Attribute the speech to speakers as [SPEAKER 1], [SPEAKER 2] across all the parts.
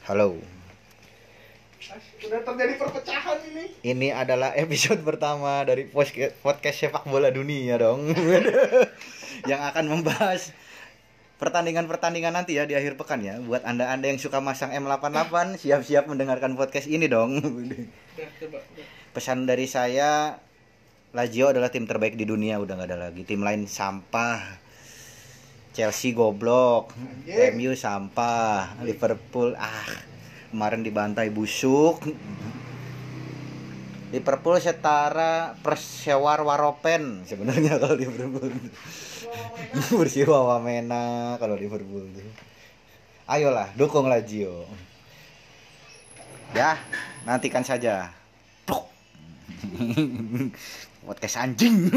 [SPEAKER 1] Halo.
[SPEAKER 2] Sudah terjadi perpecahan ini.
[SPEAKER 1] Ini adalah episode pertama dari podcast sepak bola dunia dong. Yang akan membahas pertandingan-pertandingan nanti ya di akhir pekan ya. Buat Anda-anda yang suka masang M88, siap-siap mendengarkan podcast ini dong. Pesan dari saya, Lazio adalah tim terbaik di dunia, udah gak ada lagi. Tim lain sampah. Chelsea goblok, MU sampah, Liverpool kemarin dibantai busuk. Liverpool setara Persewar Waropen sebenarnya kalau Liverpool. Persiwa Wamena kalau Liverpool tuh. Ayolah, dukung Lazio. Ya, nantikan saja. Podcast anjing.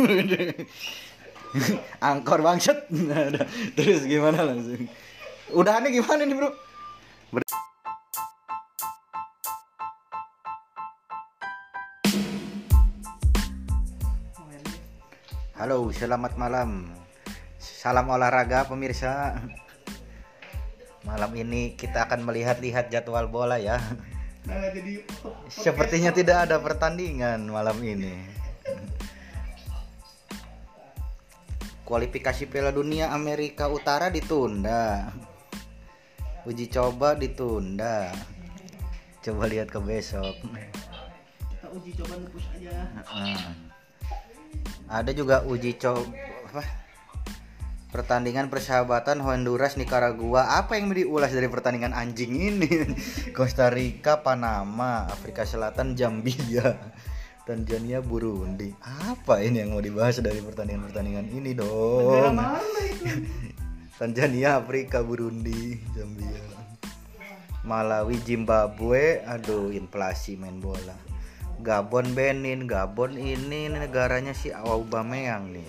[SPEAKER 1] Angkor bangset. Terus gimana langsung? Udahannya gimana nih, Bro? Halo, selamat malam. Salam olahraga pemirsa. Malam ini kita akan melihat-lihat jadwal bola ya. Sepertinya tidak ada pertandingan malam ini. Kualifikasi Piala Dunia Amerika Utara ditunda. Uji coba ditunda. Coba lihat ke besok.
[SPEAKER 2] Kita uji coba ngebus aja.
[SPEAKER 1] Ada juga uji coba pertandingan persahabatan Honduras Nicaragua. Apa yang diulas dari pertandingan anjing ini? Costa Rica, Panama, Afrika Selatan, Zambia, Tanzania, Burundi. Apa ini yang mau dibahas dari pertandingan-pertandingan ini dong?
[SPEAKER 2] Negara mana itu?
[SPEAKER 1] Tanzania, Afrika, Burundi, Zambia, Malawi, Zimbabwe. Aduh, inflasi main bola. Gabon, Benin. Gabon ini negaranya si Aubameyang nih.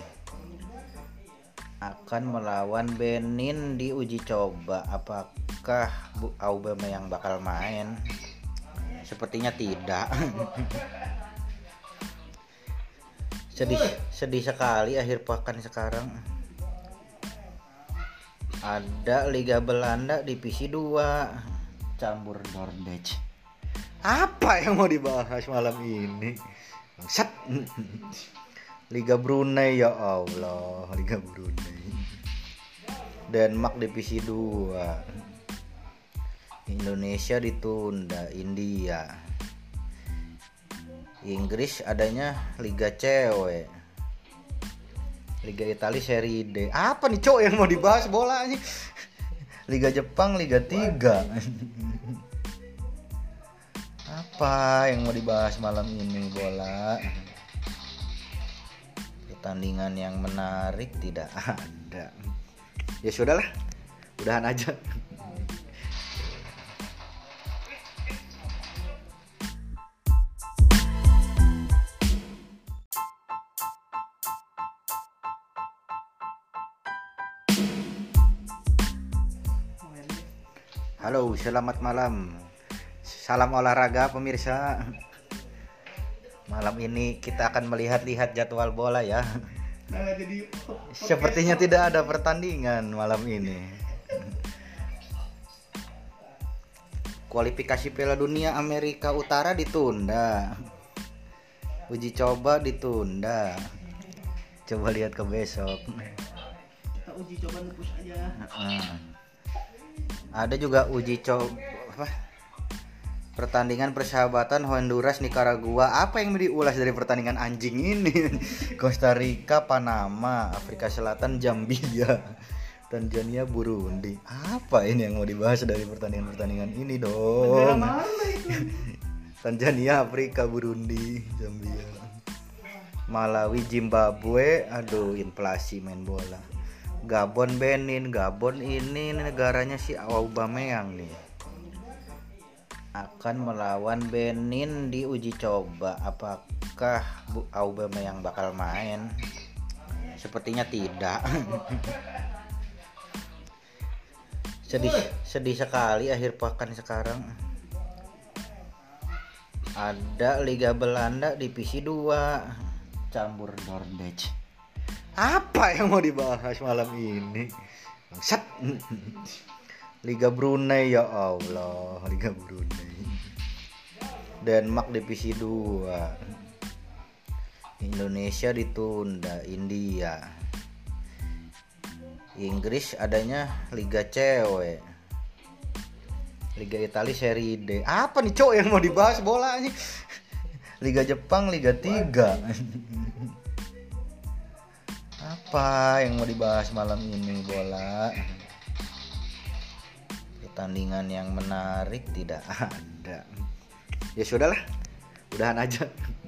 [SPEAKER 1] Akan melawan Benin di uji coba. Apakah Aubameyang bakal main? Sepertinya tidak. Sedih sekali akhir pekan sekarang. Ada Liga Belanda divisi 2, campur Dordrecht. Apa yang mau dibahas malam ini? Bangsat. Liga Brunei, ya Allah, Liga Brunei. Denmark divisi 2. Indonesia ditunda, India. Inggris adanya Liga Cewek. Liga Italia Serie D. Apa nih cowok yang mau dibahas bolanya? Liga Jepang Liga 3. Apa yang mau dibahas malam ini bola? Pertandingan yang menarik tidak ada. Ya sudahlah. Udahan aja. Halo, selamat malam. Salam olahraga pemirsa. Malam ini kita akan melihat-lihat jadwal bola ya. Sepertinya tidak ada pertandingan malam ini. Kualifikasi Piala Dunia Amerika Utara ditunda. Uji coba ditunda. Coba lihat ke besok.
[SPEAKER 2] Kita uji coba ngebus aja.
[SPEAKER 1] Ada juga uji coba pertandingan persahabatan Honduras Nicaragua. Apa yang diulas dari pertandingan anjing ini? Costa Rica, Panama, Afrika Selatan, Zambia, Tanzania, Burundi. Apa ini yang mau dibahas dari pertandingan-pertandingan ini dong?
[SPEAKER 2] Negara mana itu?
[SPEAKER 1] Tanzania, Afrika, Burundi, Zambia, Malawi, Zimbabwe. Aduh, inflasi main bola. Gabon, Benin. Gabon ini negaranya si Aubameyang nih. Akan melawan Benin di uji coba. Apakah Aubameyang bakal main? Sepertinya tidak. Sedih sekali akhir pekan sekarang. Ada Liga Belanda divisi 2, campur Dordrecht. Apa yang mau dibahas malam ini? Bangsat. Liga Brunei, ya Allah, Liga Brunei. Denmark divisi 2. Indonesia ditunda, India. Inggris adanya Liga Cewek. Liga Italia Serie D. Apa nih cowok yang mau dibahas bola nih? Liga Jepang Liga 3. Apa yang mau dibahas malam ini bola? Pertandingan yang menarik tidak ada. Ya sudahlah, udahan aja.